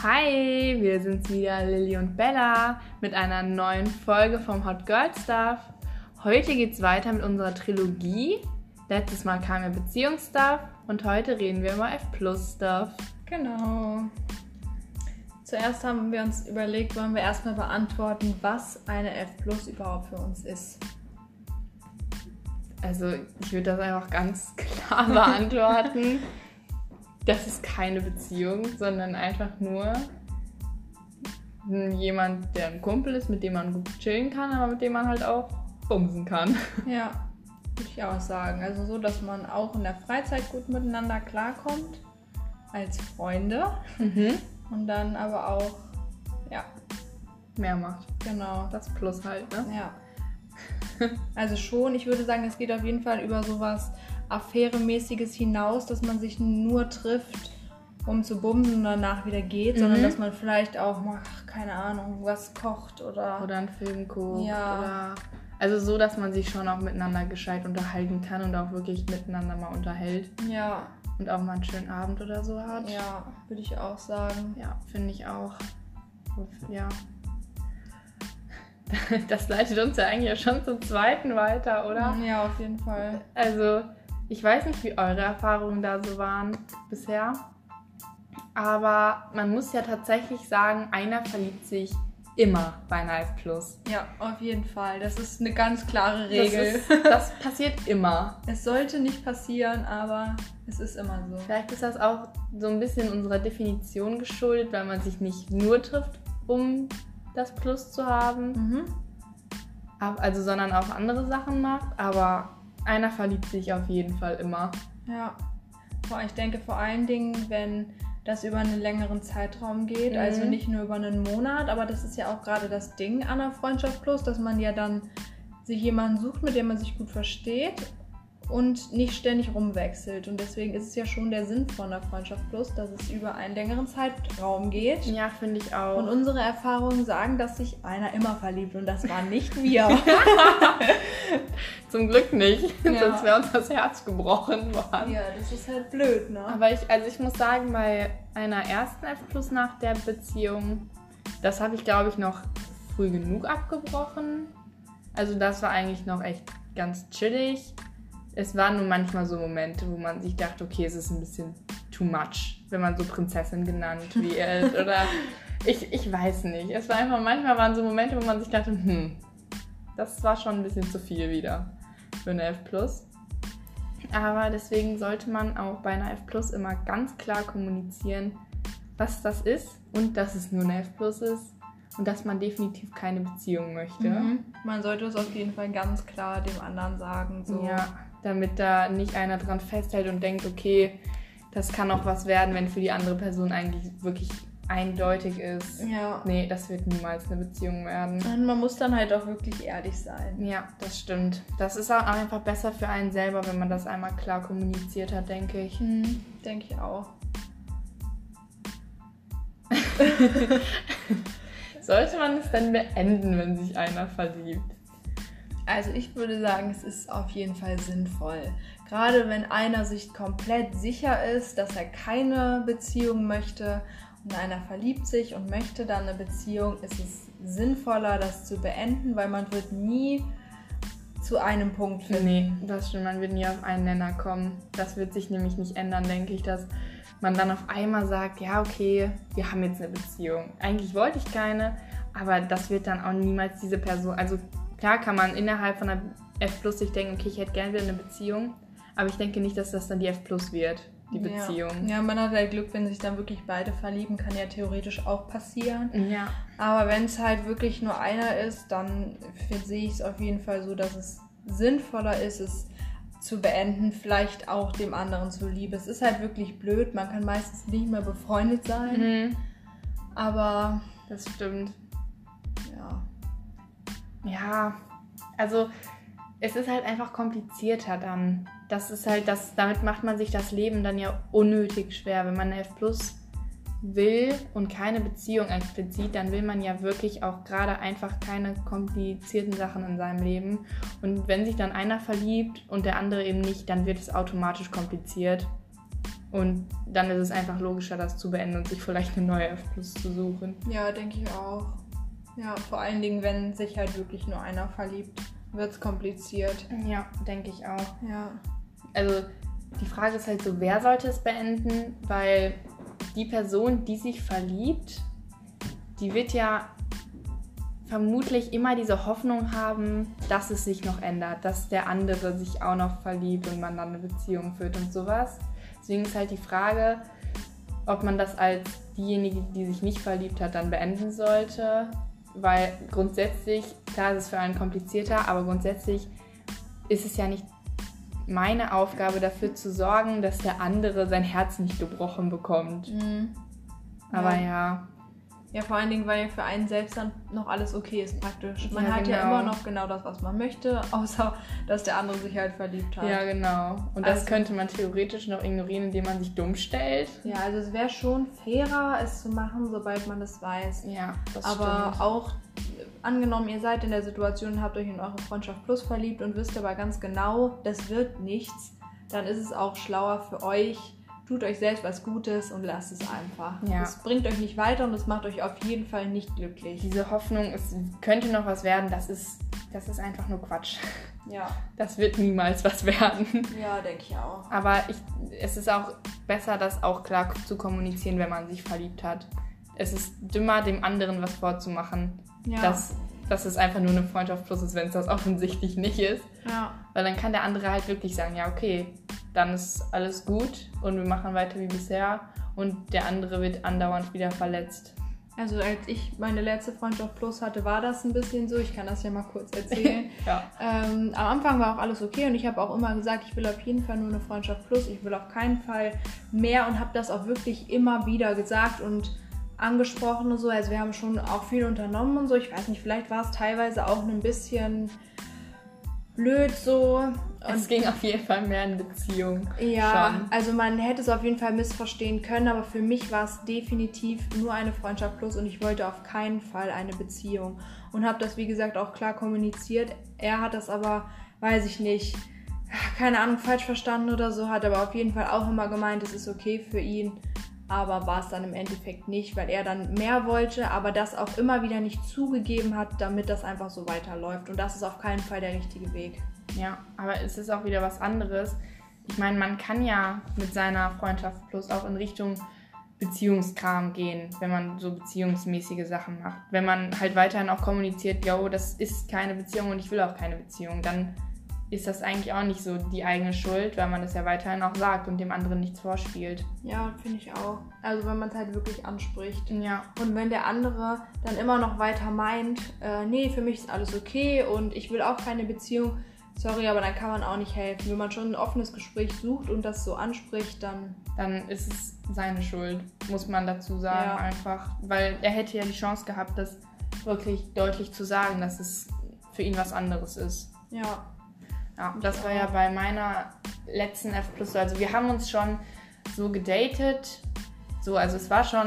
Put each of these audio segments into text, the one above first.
Hi, wir sind's wieder, Lilly und Bella, mit einer neuen Folge vom Hot Girl Stuff. Heute geht's weiter mit unserer Trilogie. Letztes Mal kam ja Beziehungsstuff und heute reden wir über F+-Stuff. Genau. Zuerst haben wir uns überlegt, wollen wir erstmal beantworten, was eine F+ überhaupt für uns ist. Also ich würde das einfach ganz klar beantworten. Das ist keine Beziehung, sondern einfach nur jemand, der ein Kumpel ist, mit dem man gut chillen kann, aber mit dem man halt auch bumsen kann. Ja, würde ich auch sagen. Also so, dass man auch in der Freizeit gut miteinander klarkommt, als Freunde. Und dann aber auch, ja. Mehr macht. Genau. Das Plus halt, ne? Ja. Also schon, ich würde sagen, es geht auf jeden Fall über sowas Affäre-mäßiges hinaus, dass man sich nur trifft, um zu bumsen und danach wieder geht, sondern dass man vielleicht auch, keine Ahnung, was kocht oder einen Film guckt. Ja. Oder also so, dass man sich schon auch miteinander gescheit unterhalten kann und auch wirklich miteinander mal unterhält. Ja. Und auch mal einen schönen Abend oder so hat. Ja, würde ich auch sagen. Ja, finde ich auch. Ja. Das leitet uns ja eigentlich schon zum zweiten weiter, oder? Ja, auf jeden Fall. Also, ich weiß nicht, wie eure Erfahrungen da so waren bisher. Aber man muss ja tatsächlich sagen, einer verliebt sich immer bei einer F+. Ja, auf jeden Fall. Das ist eine ganz klare Regel. Das passiert immer. Es sollte nicht passieren, aber es ist immer so. Vielleicht ist das auch so ein bisschen unserer Definition geschuldet, weil man sich nicht nur trifft, um das Plus zu haben, also sondern auch andere Sachen macht, aber einer verliebt sich auf jeden Fall immer. Ja, ich denke vor allen Dingen, wenn das über einen längeren Zeitraum geht, also nicht nur über einen Monat, aber das ist ja auch gerade das Ding an der Freundschaft Plus, dass man ja dann sich jemanden sucht, mit dem man sich gut versteht und nicht ständig rumwechselt. Und deswegen ist es ja schon der Sinn von der Freundschaft Plus, dass es über einen längeren Zeitraum geht. Ja, finde ich auch. Und unsere Erfahrungen sagen, dass sich einer immer verliebt und das waren nicht wir. Zum Glück nicht, Ja. sonst wäre uns das Herz gebrochen worden. Ja, das ist halt blöd, ne? Aber ich muss sagen, bei einer ersten F+ nach der Beziehung, das habe ich, glaube ich, noch früh genug abgebrochen. Also das war eigentlich noch echt ganz chillig. Es waren nur manchmal so Momente, wo man sich dachte, okay, es ist ein bisschen too much, wenn man so Prinzessin genannt wird. Oder ich weiß nicht. Es war einfach, manchmal waren so Momente, wo man sich dachte, das war schon ein bisschen zu viel wieder für eine F+. Aber deswegen sollte man auch bei einer F+ immer ganz klar kommunizieren, was das ist und dass es nur eine F+ ist und dass man definitiv keine Beziehung möchte. Man sollte es auf jeden Fall ganz klar dem anderen sagen. So. Ja, damit da nicht einer dran festhält und denkt, okay, das kann auch was werden, wenn für die andere Person eigentlich wirklich eindeutig ist. Ja. Nee, das wird niemals eine Beziehung werden. Und man muss dann halt auch wirklich ehrlich sein. Ja, das stimmt. Das ist auch einfach besser für einen selber, wenn man das einmal klar kommuniziert hat, denke ich. Denke ich auch. Sollte man es denn beenden, wenn sich einer verliebt? Also ich würde sagen, es ist auf jeden Fall sinnvoll. Gerade wenn einer sich komplett sicher ist, dass er keine Beziehung möchte und einer verliebt sich und möchte dann eine Beziehung, ist es sinnvoller, das zu beenden, weil man wird nie zu einem Punkt finden. Nee, das stimmt. Man wird nie auf einen Nenner kommen. Das wird sich nämlich nicht ändern, denke ich, dass man dann auf einmal sagt, ja okay, wir haben jetzt eine Beziehung. Eigentlich wollte ich keine, aber das wird dann auch niemals diese Person, also klar kann man innerhalb von einer F+ sich denken, okay, ich hätte gerne wieder eine Beziehung, aber ich denke nicht, dass das dann die F+ wird, die Beziehung. Ja, man hat halt Glück, wenn sich dann wirklich beide verlieben, kann ja theoretisch auch passieren. Ja. Aber wenn es halt wirklich nur einer ist, dann sehe ich es auf jeden Fall so, dass es sinnvoller ist, es zu beenden, vielleicht auch dem anderen zuliebe. Es ist halt wirklich blöd, man kann meistens nicht mehr befreundet sein, aber Das stimmt. ja. Ja, also es ist halt einfach komplizierter dann. Das ist halt damit macht man sich das Leben dann ja unnötig schwer. Wenn man eine F+ will und keine Beziehung explizit, dann will man ja wirklich auch gerade einfach keine komplizierten Sachen in seinem Leben. Und wenn sich dann einer verliebt und der andere eben nicht, dann wird es automatisch kompliziert. Und dann ist es einfach logischer, das zu beenden und sich vielleicht eine neue F+ zu suchen. Ja, denke ich auch. Ja, vor allen Dingen, wenn sich halt wirklich nur einer verliebt, wird es kompliziert. Ja, denke ich auch. Ja. Also die Frage ist halt so, wer sollte es beenden? Weil die Person, die sich verliebt, die wird ja vermutlich immer diese Hoffnung haben, dass es sich noch ändert, dass der andere sich auch noch verliebt und man dann eine Beziehung führt und sowas. Deswegen ist halt die Frage, ob man das als diejenige, die sich nicht verliebt hat, dann beenden sollte. Weil grundsätzlich, klar ist es für einen komplizierter, aber grundsätzlich ist es ja nicht meine Aufgabe, dafür zu sorgen, dass der andere sein Herz nicht gebrochen bekommt. Mhm. Aber ja. Ja, vor allen Dingen, weil für einen selbst dann noch alles okay ist praktisch. Man hat ja immer noch genau das, was man möchte, außer dass der andere sich halt verliebt hat. Ja, genau. Und das könnte man theoretisch noch ignorieren, indem man sich dumm stellt. Ja, also es wäre schon fairer, es zu machen, sobald man das weiß. Ja, das aber stimmt. Auch angenommen, ihr seid in der Situation und habt euch in eure Freundschaft plus verliebt und wisst aber ganz genau, das wird nichts, dann ist es auch schlauer für euch, tut euch selbst was Gutes und lasst es einfach. Ja. Es bringt euch nicht weiter und es macht euch auf jeden Fall nicht glücklich. Diese Hoffnung, es könnte noch was werden, das ist einfach nur Quatsch. Ja. Das wird niemals was werden. Ja, denke ich auch. Aber es ist auch besser, das auch klar zu kommunizieren, wenn man sich verliebt hat. Es ist dümmer, dem anderen was vorzumachen, dass es einfach nur eine Freundschaft plus ist, wenn es das offensichtlich nicht ist. Ja. Weil dann kann der andere halt wirklich sagen, ja okay, dann ist alles gut und wir machen weiter wie bisher und der andere wird andauernd wieder verletzt. Also als ich meine letzte Freundschaft plus hatte, war das ein bisschen so. Ich kann das ja mal kurz erzählen. Ja. Am Anfang war auch alles okay und ich habe auch immer gesagt, ich will auf jeden Fall nur eine Freundschaft plus. Ich will auf keinen Fall mehr und habe das auch wirklich immer wieder gesagt und angesprochen und so. Also wir haben schon auch viel unternommen und so. Ich weiß nicht, vielleicht war es teilweise auch ein bisschen blöd so. Es ging auf jeden Fall mehr in Beziehung. Ja, schon. also man hätte es auf jeden Fall missverstehen können, aber für mich war es definitiv nur eine Freundschaft plus und ich wollte auf keinen Fall eine Beziehung. Und habe das, wie gesagt, auch klar kommuniziert. Er hat das aber, weiß ich nicht, keine Ahnung, falsch verstanden oder so, hat aber auf jeden Fall auch immer gemeint, es ist okay für ihn. Aber war es dann im Endeffekt nicht, weil er dann mehr wollte, aber das auch immer wieder nicht zugegeben hat, damit das einfach so weiterläuft. Und das ist auf keinen Fall der richtige Weg. Ja, aber es ist auch wieder was anderes. Ich meine, man kann ja mit seiner Freundschaft plus auch in Richtung Beziehungskram gehen, wenn man so beziehungsmäßige Sachen macht. Wenn man halt weiterhin auch kommuniziert, yo, das ist keine Beziehung und ich will auch keine Beziehung, dann ist das eigentlich auch nicht so die eigene Schuld, weil man das ja weiterhin auch sagt und dem anderen nichts vorspielt. Ja, finde ich auch. Also wenn man es halt wirklich anspricht. Ja. Und wenn der andere dann immer noch weiter meint, nee, für mich ist alles okay und ich will auch keine Beziehung, sorry, aber dann kann man auch nicht helfen. Wenn man schon ein offenes Gespräch sucht und das so anspricht, dann ist es seine Schuld, muss man dazu sagen, einfach. Weil er hätte ja die Chance gehabt, das wirklich deutlich zu sagen, dass es für ihn was anderes ist. Ja. Ja, das war ja bei meiner letzten F+. Also wir haben uns schon so gedatet. So, also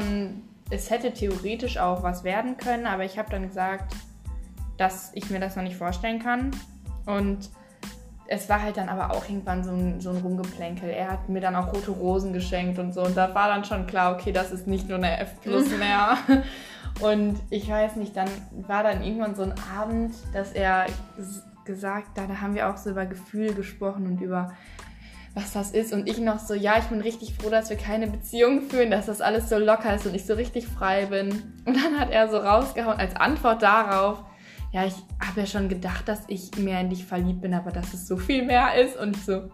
es hätte theoretisch auch was werden können, aber ich habe dann gesagt, dass ich mir das noch nicht vorstellen kann. Und es war halt dann aber auch irgendwann so ein Rumgeplänkel. Er hat mir dann auch rote Rosen geschenkt und so. Und da war dann schon klar, okay, das ist nicht nur eine F+ mehr. Und ich weiß nicht, dann war dann irgendwann so ein Abend, dass er gesagt, da haben wir auch so über Gefühle gesprochen und über was das ist und ich noch so, ja, ich bin richtig froh, dass wir keine Beziehung führen, dass das alles so locker ist und ich so richtig frei bin. Und dann hat er so rausgehauen als Antwort darauf, ja, ich habe ja schon gedacht, dass ich mehr in dich verliebt bin, aber dass es so viel mehr ist und ich so,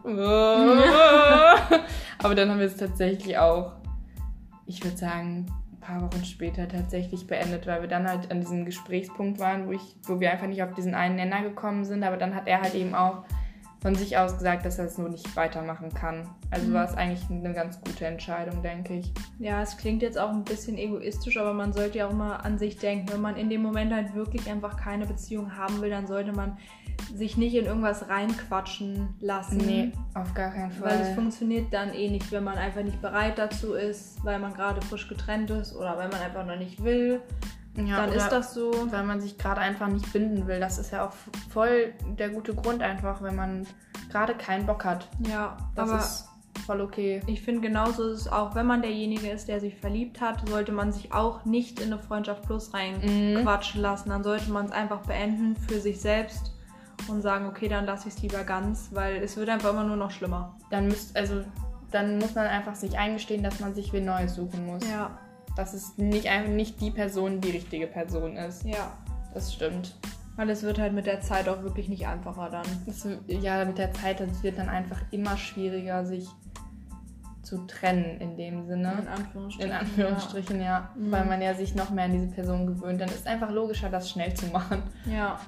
aber dann haben wir es tatsächlich auch, ich würde sagen, ein paar Wochen später tatsächlich beendet, weil wir dann halt an diesem Gesprächspunkt waren, wo wir einfach nicht auf diesen einen Nenner gekommen sind, aber dann hat er halt eben auch von sich aus gesagt, dass er es nur nicht weitermachen kann. Also war es eigentlich eine ganz gute Entscheidung, denke ich. Ja, es klingt jetzt auch ein bisschen egoistisch, aber man sollte ja auch mal an sich denken. Wenn man in dem Moment halt wirklich einfach keine Beziehung haben will, dann sollte man sich nicht in irgendwas reinquatschen lassen. Nee, auf gar keinen Fall. Weil es funktioniert dann eh nicht, wenn man einfach nicht bereit dazu ist, weil man gerade frisch getrennt ist oder weil man einfach noch nicht will. Ja, dann ist das so. Weil man sich gerade einfach nicht binden will. Das ist ja auch voll der gute Grund einfach, wenn man gerade keinen Bock hat. Ja, das aber ist voll okay. Ich finde, genauso ist es auch, wenn man derjenige ist, der sich verliebt hat, sollte man sich auch nicht in eine Freundschaft plus reinquatschen lassen. Dann sollte man es einfach beenden für sich selbst und sagen, okay, dann lasse ich es lieber ganz, weil es wird einfach immer nur noch schlimmer. Dann muss man einfach sich eingestehen, dass man sich wen Neues suchen muss. Ja. Dass es nicht die Person die richtige Person ist. Ja. Das stimmt. Weil es wird halt mit der Zeit auch wirklich nicht einfacher dann. Mit der Zeit, es wird dann einfach immer schwieriger, sich zu trennen in dem Sinne. In Anführungsstrichen, ja. Weil man ja sich noch mehr an diese Person gewöhnt. Dann ist es einfach logischer, das schnell zu machen. Ja.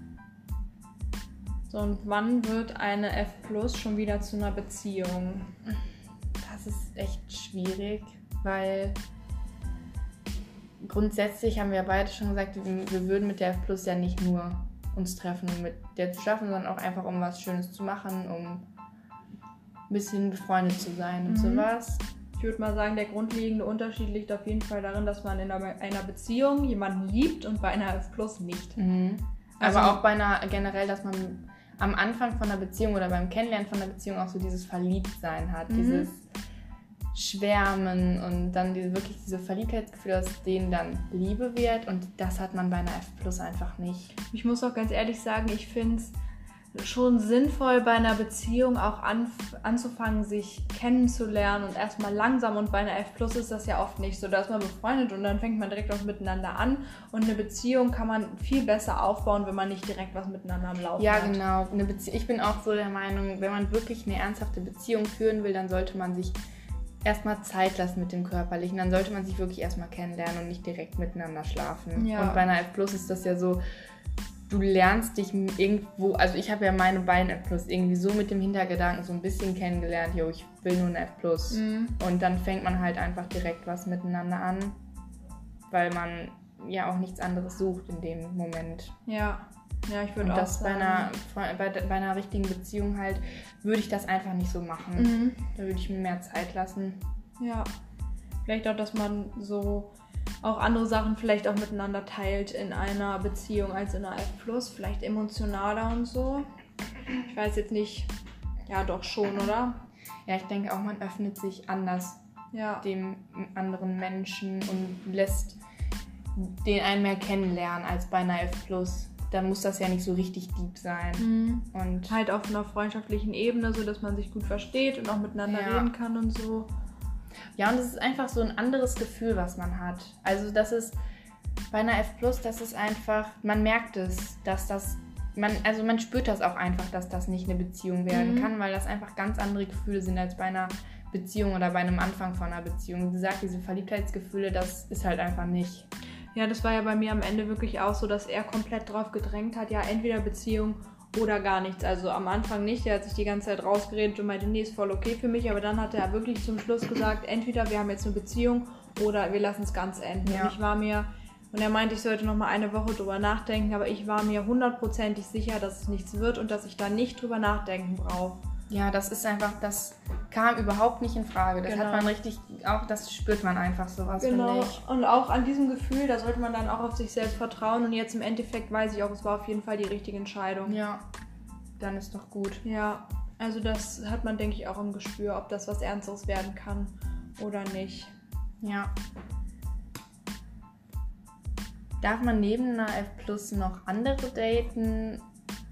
So, und wann wird eine F+ schon wieder zu einer Beziehung? Das ist echt schwierig, weil grundsätzlich haben wir beide schon gesagt, wir würden mit der F+ ja nicht nur uns treffen, um mit der zu schlafen, sondern auch einfach, um was Schönes zu machen, um ein bisschen befreundet zu sein und sowas. Ich würde mal sagen, der grundlegende Unterschied liegt auf jeden Fall darin, dass man in einer Beziehung jemanden liebt und bei einer F+ nicht. Also, aber auch generell, dass man am Anfang von einer Beziehung oder beim Kennenlernen von einer Beziehung auch so dieses Verliebtsein hat, dieses Schwärmen und dann wirklich diese Verliebtheitsgefühle, aus denen dann Liebe wird, und das hat man bei einer F+ einfach nicht. Ich muss auch ganz ehrlich sagen, ich finde es schon sinnvoll, bei einer Beziehung auch anzufangen, sich kennenzulernen und erstmal langsam, und bei einer F+ ist das ja oft nicht so, da ist man befreundet und dann fängt man direkt was miteinander an, und eine Beziehung kann man viel besser aufbauen, wenn man nicht direkt was miteinander am Laufen hat. Ja, genau. Ich bin auch so der Meinung, wenn man wirklich eine ernsthafte Beziehung führen will, dann sollte man sich erstmal Zeit lassen mit dem Körperlichen, dann sollte man sich wirklich erstmal kennenlernen und nicht direkt miteinander schlafen. Ja. Und bei einer F+ ist das ja so, du lernst dich irgendwo, also ich habe ja meine beiden F+ irgendwie so mit dem Hintergedanken so ein bisschen kennengelernt, ich will nur eine F+. Und dann fängt man halt einfach direkt was miteinander an, weil man ja auch nichts anderes sucht in dem Moment. Ja, ich würde und auch das sagen. Bei einer richtigen Beziehung halt, würde ich das einfach nicht so machen. Da würde ich mir mehr Zeit lassen. Ja, vielleicht auch, dass man so auch andere Sachen vielleicht auch miteinander teilt in einer Beziehung als in einer F+, vielleicht emotionaler und so. Ich weiß jetzt nicht, ja doch schon, oder? Ja, ich denke auch, man öffnet sich anders dem anderen Menschen und lässt den einen mehr kennenlernen als bei einer F+. Da muss das ja nicht so richtig deep sein. Und halt auf einer freundschaftlichen Ebene, so dass man sich gut versteht und auch miteinander reden kann und so. Ja, und es ist einfach so ein anderes Gefühl, was man hat. Also das ist bei einer F+, das ist einfach, man merkt es, dass man spürt das auch einfach, dass das nicht eine Beziehung werden kann, weil das einfach ganz andere Gefühle sind als bei einer Beziehung oder bei einem Anfang von einer Beziehung. Wie gesagt, diese Verliebtheitsgefühle, das ist halt einfach nicht. Ja, das war ja bei mir am Ende wirklich auch so, dass er komplett drauf gedrängt hat, ja, entweder Beziehung oder gar nichts. Also am Anfang nicht, er hat sich die ganze Zeit rausgeredet und meinte, nee, ist voll okay für mich, aber dann hat er wirklich zum Schluss gesagt, entweder wir haben jetzt eine Beziehung oder wir lassen es ganz enden. Ja. Und er meinte, ich sollte noch mal eine Woche drüber nachdenken, aber ich war mir 100%ig sicher, dass es nichts wird und dass ich da nicht drüber nachdenken brauche. Ja, das ist einfach, das kam überhaupt nicht in Frage. Das hat man richtig, auch das spürt man einfach sowas, finde ich. Und auch an diesem Gefühl, da sollte man dann auch auf sich selbst vertrauen. Und jetzt im Endeffekt weiß ich auch, es war auf jeden Fall die richtige Entscheidung. Ja, dann ist doch gut. Ja, also das hat man, denke ich, auch im Gespür, ob das was Ernstes werden kann oder nicht. Ja. Darf man neben einer F+ noch andere daten?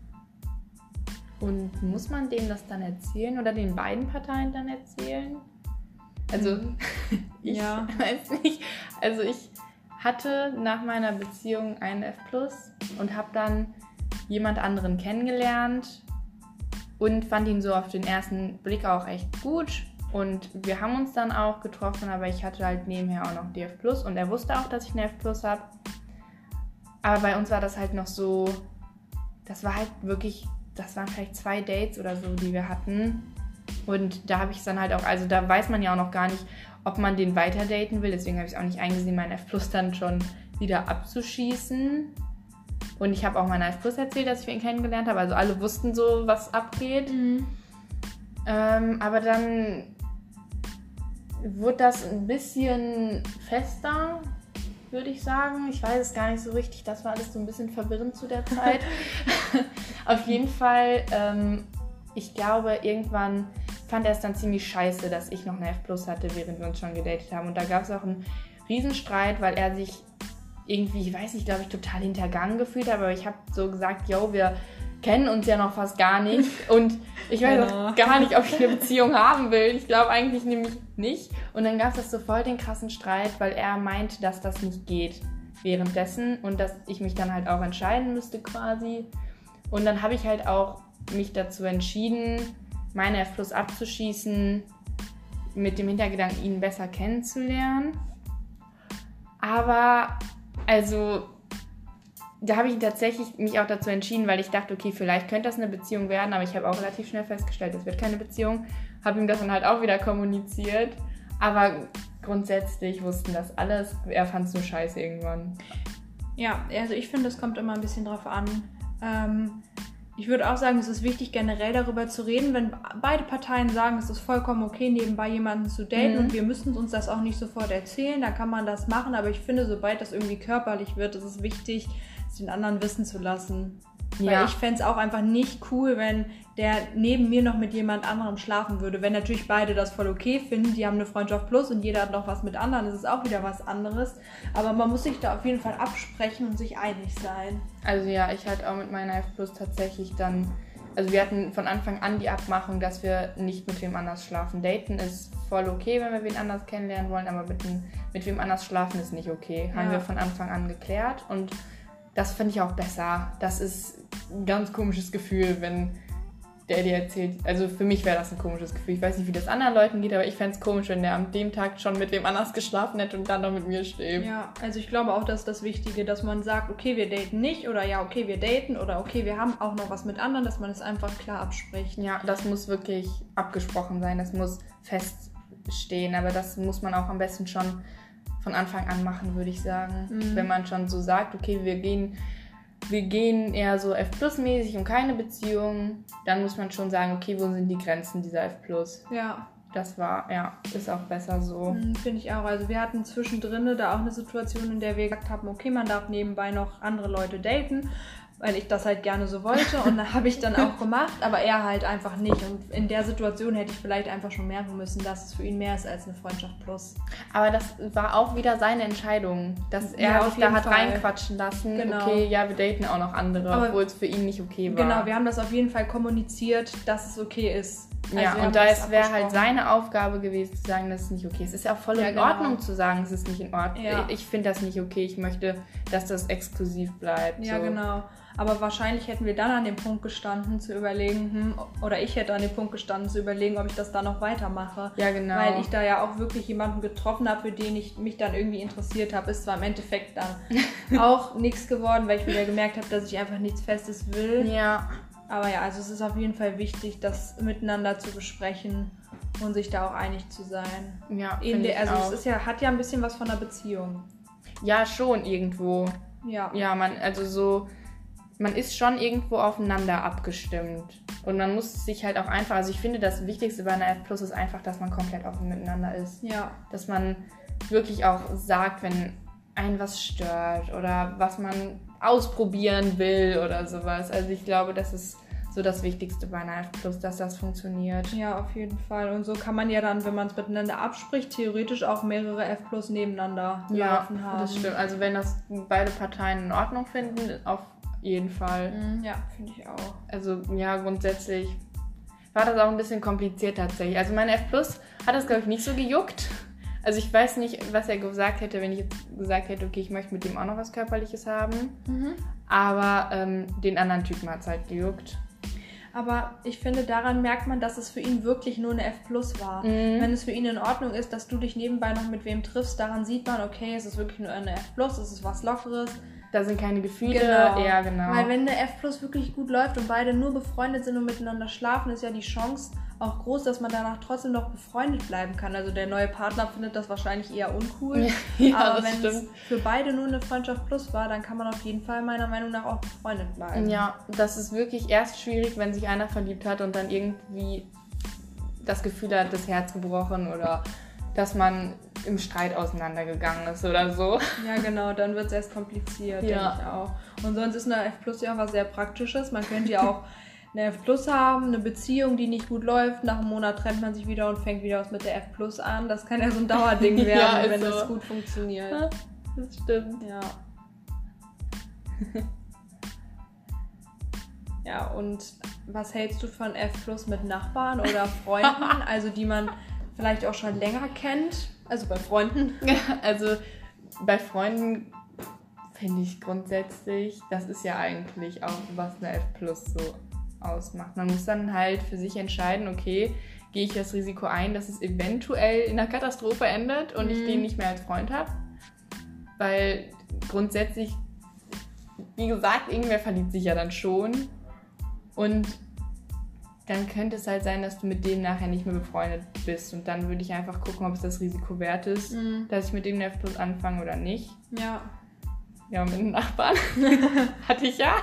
Und muss man dem das dann erzählen oder den beiden Parteien dann erzählen? Also, ich weiß nicht. Also ich hatte nach meiner Beziehung einen F+ und habe dann jemand anderen kennengelernt und fand ihn so auf den ersten Blick auch echt gut. Und wir haben uns dann auch getroffen, aber ich hatte halt nebenher auch noch die F+ und er wusste auch, dass ich eine F+ habe. Aber bei uns war das halt noch so, das war halt wirklich, das waren vielleicht 2 Dates oder so, die wir hatten. Und da habe ich es dann halt auch, also da weiß man ja auch noch gar nicht, ob man den weiter daten will. Deswegen habe ich es auch nicht eingesehen, meinen F+ dann schon wieder abzuschießen. Und ich habe auch meiner F+ erzählt, dass ich ihn kennengelernt habe. Also alle wussten so, was abgeht. Aber dann wurde das ein bisschen fester, würde ich sagen. Ich weiß es gar nicht so richtig. Das war alles so ein bisschen verwirrend zu der Zeit. Auf jeden Fall, ich glaube, irgendwann fand er es dann ziemlich scheiße, dass ich noch eine F+ hatte, während wir uns schon gedatet haben. Und da gab es auch einen Riesenstreit, weil er sich irgendwie, ich weiß nicht, glaube ich, total hintergangen gefühlt hat. Aber ich habe so gesagt, yo, wir kennen uns ja noch fast gar nicht. Und ich weiß auch gar nicht, ob ich eine Beziehung haben will. Ich glaube eigentlich nämlich nicht. Und dann gab es so voll den krassen Streit, weil er meinte, dass das nicht geht währenddessen. Und dass ich mich dann halt auch entscheiden müsste quasi. Und dann habe ich halt auch mich dazu entschieden, meine F+ abzuschießen, mit dem Hintergedanken, ihn besser kennenzulernen. Aber, also, da habe ich tatsächlich mich auch dazu entschieden, weil ich dachte, okay, vielleicht könnte das eine Beziehung werden, aber ich habe auch relativ schnell festgestellt, das wird keine Beziehung. Habe ihm das dann halt auch wieder kommuniziert. Aber grundsätzlich wussten das alles. Er fand es nur scheiße irgendwann. Ja, also ich finde, es kommt immer ein bisschen drauf an. Ich würde auch sagen, es ist wichtig, generell darüber zu reden, wenn beide Parteien sagen, es ist vollkommen okay, nebenbei jemanden zu daten und wir müssen uns das auch nicht sofort erzählen, dann kann man das machen, aber ich finde, sobald das irgendwie körperlich wird, ist es wichtig, es den anderen wissen zu lassen. Weil ich fände es auch einfach nicht cool, wenn der neben mir noch mit jemand anderem schlafen würde. Wenn natürlich beide das voll okay finden, die haben eine Freundschaft plus und jeder hat noch was mit anderen, das ist auch wieder was anderes. Aber man muss sich da auf jeden Fall absprechen und sich einig sein. Also ja, ich hatte auch mit meiner F+ tatsächlich dann, also wir hatten von Anfang an die Abmachung, dass wir nicht mit wem anders schlafen. Daten ist voll okay, wenn wir wen anders kennenlernen wollen, aber mit wem anders schlafen ist nicht okay. Haben wir von Anfang an geklärt und das finde ich auch besser. Das ist ein ganz komisches Gefühl, wenn der dir erzählt. Also für mich wäre das ein komisches Gefühl. Ich weiß nicht, wie das anderen Leuten geht, aber ich fände es komisch, wenn der an dem Tag schon mit wem anders geschlafen hätte und dann noch mit mir schläft. Ja, also ich glaube auch, das ist das Wichtige, dass man sagt, okay, wir daten nicht oder ja, okay, wir daten oder okay, wir haben auch noch was mit anderen, dass man es einfach klar abspricht. Ja, das muss wirklich abgesprochen sein. Das muss feststehen, aber das muss man auch am besten schon von Anfang an machen, würde ich sagen. Wenn man schon so sagt, okay, wir gehen eher so F+-mäßig und keine Beziehung, dann muss man schon sagen, okay, wo sind die Grenzen dieser F+. Ja. Das ist auch besser so. Finde ich auch. Also wir hatten zwischendrin da auch eine Situation, in der wir gesagt haben, okay, man darf nebenbei noch andere Leute daten, weil ich das halt gerne so wollte und das habe ich dann auch gemacht, aber er halt einfach nicht. Und in der Situation hätte ich vielleicht einfach schon merken müssen, dass es für ihn mehr ist als eine Freundschaft plus. Aber das war auch wieder seine Entscheidung, dass er sich da hat reinquatschen lassen. Genau. Okay, ja, wir daten auch noch andere, obwohl es für ihn nicht okay war. Genau, wir haben das auf jeden Fall kommuniziert, dass es okay ist. Ja, also und da wäre halt seine Aufgabe gewesen, zu sagen, dass es nicht okay ist. Es ist ja auch voll in Ordnung zu sagen, es ist nicht in Ordnung. Ja. Ich finde das nicht okay, ich möchte, dass das exklusiv bleibt. Ja, so. Genau. Aber wahrscheinlich hätten wir dann an dem Punkt gestanden, zu überlegen, oder ich hätte an dem Punkt gestanden, zu überlegen, ob ich das dann noch weitermache. Ja, genau. Weil ich da ja auch wirklich jemanden getroffen habe, für den ich mich dann irgendwie interessiert habe. Ist zwar im Endeffekt dann auch nichts geworden, weil ich wieder gemerkt habe, dass ich einfach nichts Festes will. Ja. Aber ja, also es ist auf jeden Fall wichtig, das miteinander zu besprechen und sich da auch einig zu sein. Ja, also auch. Es ist hat ja ein bisschen was von einer Beziehung. Ja, schon irgendwo. Ja. Ja, man ist schon irgendwo aufeinander abgestimmt. Und man muss sich halt auch einfach, also ich finde, das Wichtigste bei einer F+ ist einfach, dass man komplett offen miteinander ist. Ja. Dass man wirklich auch sagt, wenn einen was stört oder was man ausprobieren will oder sowas. Also ich glaube, das ist so das Wichtigste bei einer F+, dass das funktioniert. Ja, auf jeden Fall. Und so kann man ja dann, wenn man es miteinander abspricht, theoretisch auch mehrere F+ nebeneinander laufen haben. Ja, das stimmt. Also wenn das beide Parteien in Ordnung finden, auf jeden Fall. Ja, finde ich auch. Also ja, grundsätzlich war das auch ein bisschen kompliziert tatsächlich. Also meine F+ hat das, glaube ich, nicht so gejuckt. Also ich weiß nicht, was er gesagt hätte, wenn ich jetzt gesagt hätte, okay, ich möchte mit dem auch noch was Körperliches haben. Aber den anderen Typen hat es halt gejuckt. Aber ich finde, daran merkt man, dass es für ihn wirklich nur eine F+ war. Wenn es für ihn in Ordnung ist, dass du dich nebenbei noch mit wem triffst, daran sieht man, okay, es ist wirklich nur eine F+, es ist was Lockeres. Da sind keine Gefühle. Genau. Ja, genau. Weil wenn eine F+ wirklich gut läuft und beide nur befreundet sind und miteinander schlafen, ist ja die Chance auch groß, dass man danach trotzdem noch befreundet bleiben kann. Also der neue Partner findet das wahrscheinlich eher uncool. Ja, aber wenn es für beide nur eine Freundschaft plus war, dann kann man auf jeden Fall meiner Meinung nach auch befreundet bleiben. Ja, das ist wirklich erst schwierig, wenn sich einer verliebt hat und dann irgendwie das Gefühl hat, das Herz gebrochen oder dass man im Streit auseinandergegangen ist oder so. Ja, genau, dann wird es erst kompliziert, denke ich auch. Und sonst ist eine F+ ja auch was sehr Praktisches. Man könnte ja auch eine F+ haben, eine Beziehung, die nicht gut läuft, nach einem Monat trennt man sich wieder und fängt wieder was mit der F+ an. Das kann ja so ein Dauerding werden, Ja, wenn so. es gut funktioniert. Das stimmt. Ja. Ja, und was hältst du von F+ mit Nachbarn oder Freunden, also die man vielleicht auch schon länger kennt? Also bei Freunden? Also bei Freunden finde ich grundsätzlich, das ist ja eigentlich auch, was eine F+ so ausmacht. Man muss dann halt für sich entscheiden, okay, gehe ich das Risiko ein, dass es eventuell in einer Katastrophe endet und ich den nicht mehr als Freund habe. Weil grundsätzlich, wie gesagt, irgendwer verliebt sich ja dann schon. Und dann könnte es halt sein, dass du mit dem nachher nicht mehr befreundet bist. Und dann würde ich einfach gucken, ob es das Risiko wert ist, dass ich mit dem F+ anfange oder nicht. Ja. Ja, mit den Nachbarn hatte ich ja.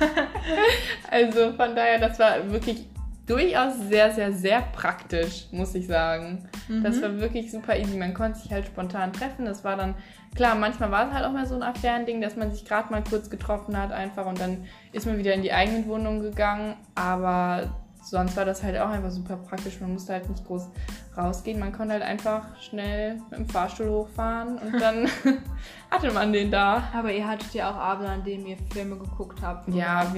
Also von daher, das war wirklich durchaus sehr, sehr, sehr praktisch, muss ich sagen. Das war wirklich super easy. Man konnte sich halt spontan treffen. Das war dann, klar, manchmal war es halt auch mal so ein Affärending, dass man sich gerade mal kurz getroffen hat einfach und dann ist man wieder in die eigenen Wohnungen gegangen. Aber sonst war das halt auch einfach super praktisch. Man musste halt nicht groß rausgehen. Man konnte halt einfach schnell mit dem Fahrstuhl hochfahren und dann hatte man den da. Aber ihr hattet ja auch Abende, an denen ihr Filme geguckt habt. Oder? Ja,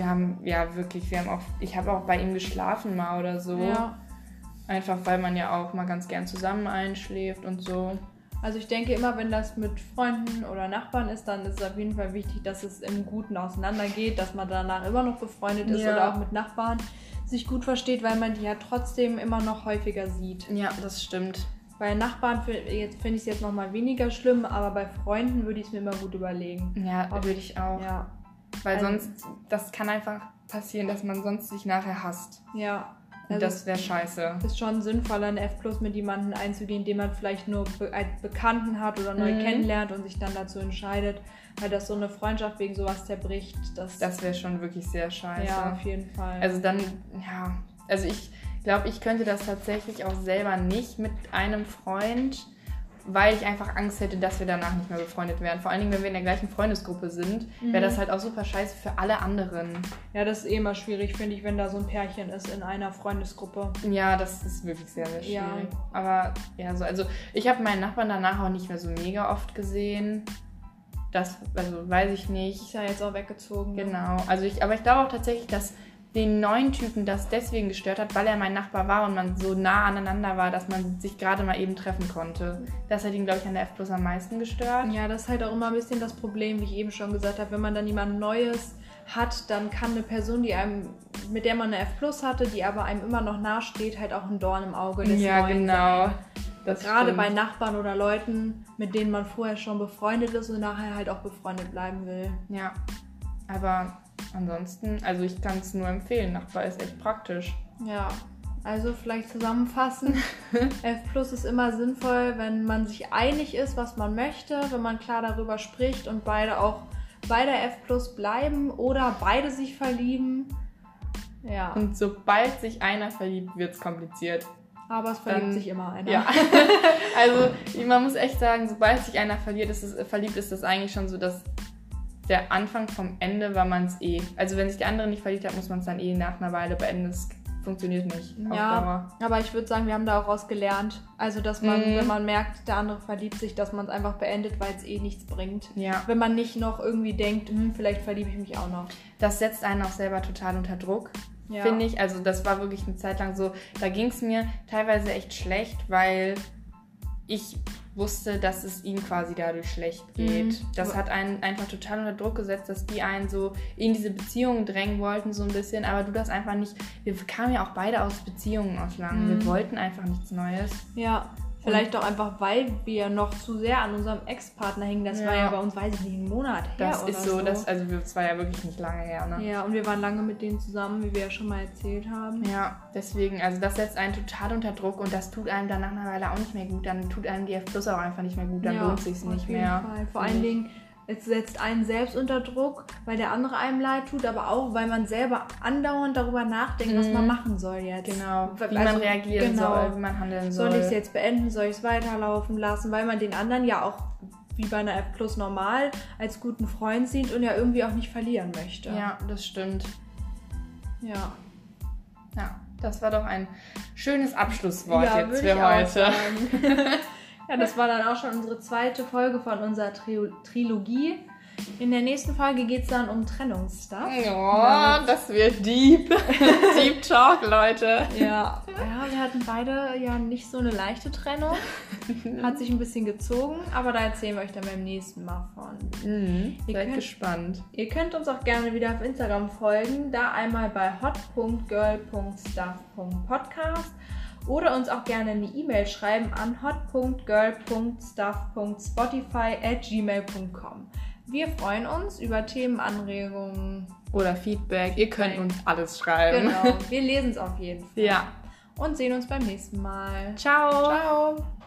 ich habe auch bei ihm geschlafen mal oder so. Ja. Einfach weil man ja auch mal ganz gern zusammen einschläft und so. Also ich denke immer, wenn das mit Freunden oder Nachbarn ist, dann ist es auf jeden Fall wichtig, dass es im Guten auseinandergeht, dass man danach immer noch befreundet ist oder auch mit Nachbarn sich gut versteht, weil man die ja trotzdem immer noch häufiger sieht. Ja, das stimmt. Bei Nachbarn finde ich es jetzt nochmal weniger schlimm, aber bei Freunden würde ich es mir immer gut überlegen. Ja, würde ich auch. Ja. Weil sonst, das kann einfach passieren, dass man sonst sich nachher hasst. Ja. Und das wäre scheiße. Ist schon sinnvoller, eine F+ mit jemandem einzugehen, den man vielleicht nur als Bekannten hat oder neu kennenlernt und sich dann dazu entscheidet, weil das so eine Freundschaft wegen sowas zerbricht. Das wäre schon wirklich sehr scheiße. Ja, auf jeden Fall. Also dann, ja, also ich glaube, ich könnte das tatsächlich auch selber nicht mit einem Freund, weil ich einfach Angst hätte, dass wir danach nicht mehr befreundet wären. Vor allen Dingen, wenn wir in der gleichen Freundesgruppe sind, wäre das halt auch super scheiße für alle anderen. Ja, das ist eh immer schwierig, finde ich, wenn da so ein Pärchen ist in einer Freundesgruppe. Ja, das ist wirklich sehr, sehr schwierig. Ja. Aber ja, also ich habe meinen Nachbarn danach auch nicht mehr so mega oft gesehen. Das, also weiß ich nicht. Ist ja jetzt auch weggezogen. Genau. Also aber ich glaube auch tatsächlich, dass den neuen Typen das deswegen gestört hat, weil er mein Nachbar war und man so nah aneinander war, dass man sich gerade mal eben treffen konnte. Das hat ihn, glaube ich, an der F+ am meisten gestört. Ja, das ist halt auch immer ein bisschen das Problem, wie ich eben schon gesagt habe. Wenn man dann jemand Neues hat, dann kann eine Person, mit der man eine F+ hatte, die aber einem immer noch nahesteht, halt auch ein Dorn im Auge des Neuen genau. sein. Gerade bei Nachbarn oder Leuten, mit denen man vorher schon befreundet ist und nachher halt auch befreundet bleiben will. Ja, aber ansonsten, also ich kann es nur empfehlen, Nachbar ist echt praktisch. Ja, also vielleicht zusammenfassen. F+ ist immer sinnvoll, wenn man sich einig ist, was man möchte, wenn man klar darüber spricht und beide auch bei der F+ bleiben oder beide sich verlieben. Ja. Und sobald sich einer verliebt, wird es kompliziert. Aber es verliebt sich immer einer. Ja. Also man muss echt sagen, sobald sich einer verliebt, ist das eigentlich schon so, dass der Anfang vom Ende war man es eh. Also wenn sich der andere nicht verliebt hat, muss man es dann eh nach einer Weile beenden. Das funktioniert nicht auf Dauer. Aber ich würde sagen, wir haben daraus gelernt. Also dass man, wenn man merkt, der andere verliebt sich, dass man es einfach beendet, weil es eh nichts bringt. Ja. Wenn man nicht noch irgendwie denkt, vielleicht verliebe ich mich auch noch. Das setzt einen auch selber total unter Druck. Finde ich. Also das war wirklich eine Zeit lang so, da ging es mir teilweise echt schlecht, weil ich wusste, dass es ihm quasi dadurch schlecht geht. Das hat einen einfach total unter Druck gesetzt, dass die einen so in diese Beziehungen drängen wollten so ein bisschen, aber du das einfach nicht, wir kamen ja auch beide aus Beziehungen aus lang, wir wollten einfach nichts Neues. Ja. Vielleicht auch einfach, weil wir noch zu sehr an unserem Ex-Partner hängen. Das war ja bei uns, weiß ich nicht, einen Monat her das oder ist so. Das war ja wirklich nicht lange her, ne? Ja, und wir waren lange mit denen zusammen, wie wir ja schon mal erzählt haben. Ja, deswegen, also das setzt einen total unter Druck und das tut einem dann nach einer Weile auch nicht mehr gut. Dann tut einem die F+ auch einfach nicht mehr gut, dann lohnt es sich nicht mehr. Auf jeden Fall. Vor allen Dingen, es setzt einen selbst unter Druck, weil der andere einem leid tut, aber auch, weil man selber andauernd darüber nachdenkt, was man machen soll jetzt. Genau, wie man reagieren soll, wie man handeln soll. Soll ich es jetzt beenden, soll ich es weiterlaufen lassen, weil man den anderen ja auch, wie bei einer F+ normal, als guten Freund sieht und ja irgendwie auch nicht verlieren möchte. Ja, das stimmt. Ja. Ja, das war doch ein schönes Abschlusswort Ja, jetzt würde für ich auch heute. sagen. Ja, das war dann auch schon unsere zweite Folge von unserer Trilogie. In der nächsten Folge geht es dann um Trennungsstuff. Ja, das wird deep. Deep Talk, Leute. Ja, wir hatten beide ja nicht so eine leichte Trennung. Hat sich ein bisschen gezogen, aber da erzählen wir euch dann beim nächsten Mal von. Seid gespannt. Ihr könnt uns auch gerne wieder auf Instagram folgen, da einmal bei hot.girl.stuff.podcast oder uns auch gerne eine E-Mail schreiben an hot.girl.stuff.spotify@gmail.com. Wir freuen uns über Themenanregungen. Oder Feedback. Ihr könnt uns alles schreiben. Genau, wir lesen es auf jeden Fall. Ja. Und sehen uns beim nächsten Mal. Ciao. Ciao.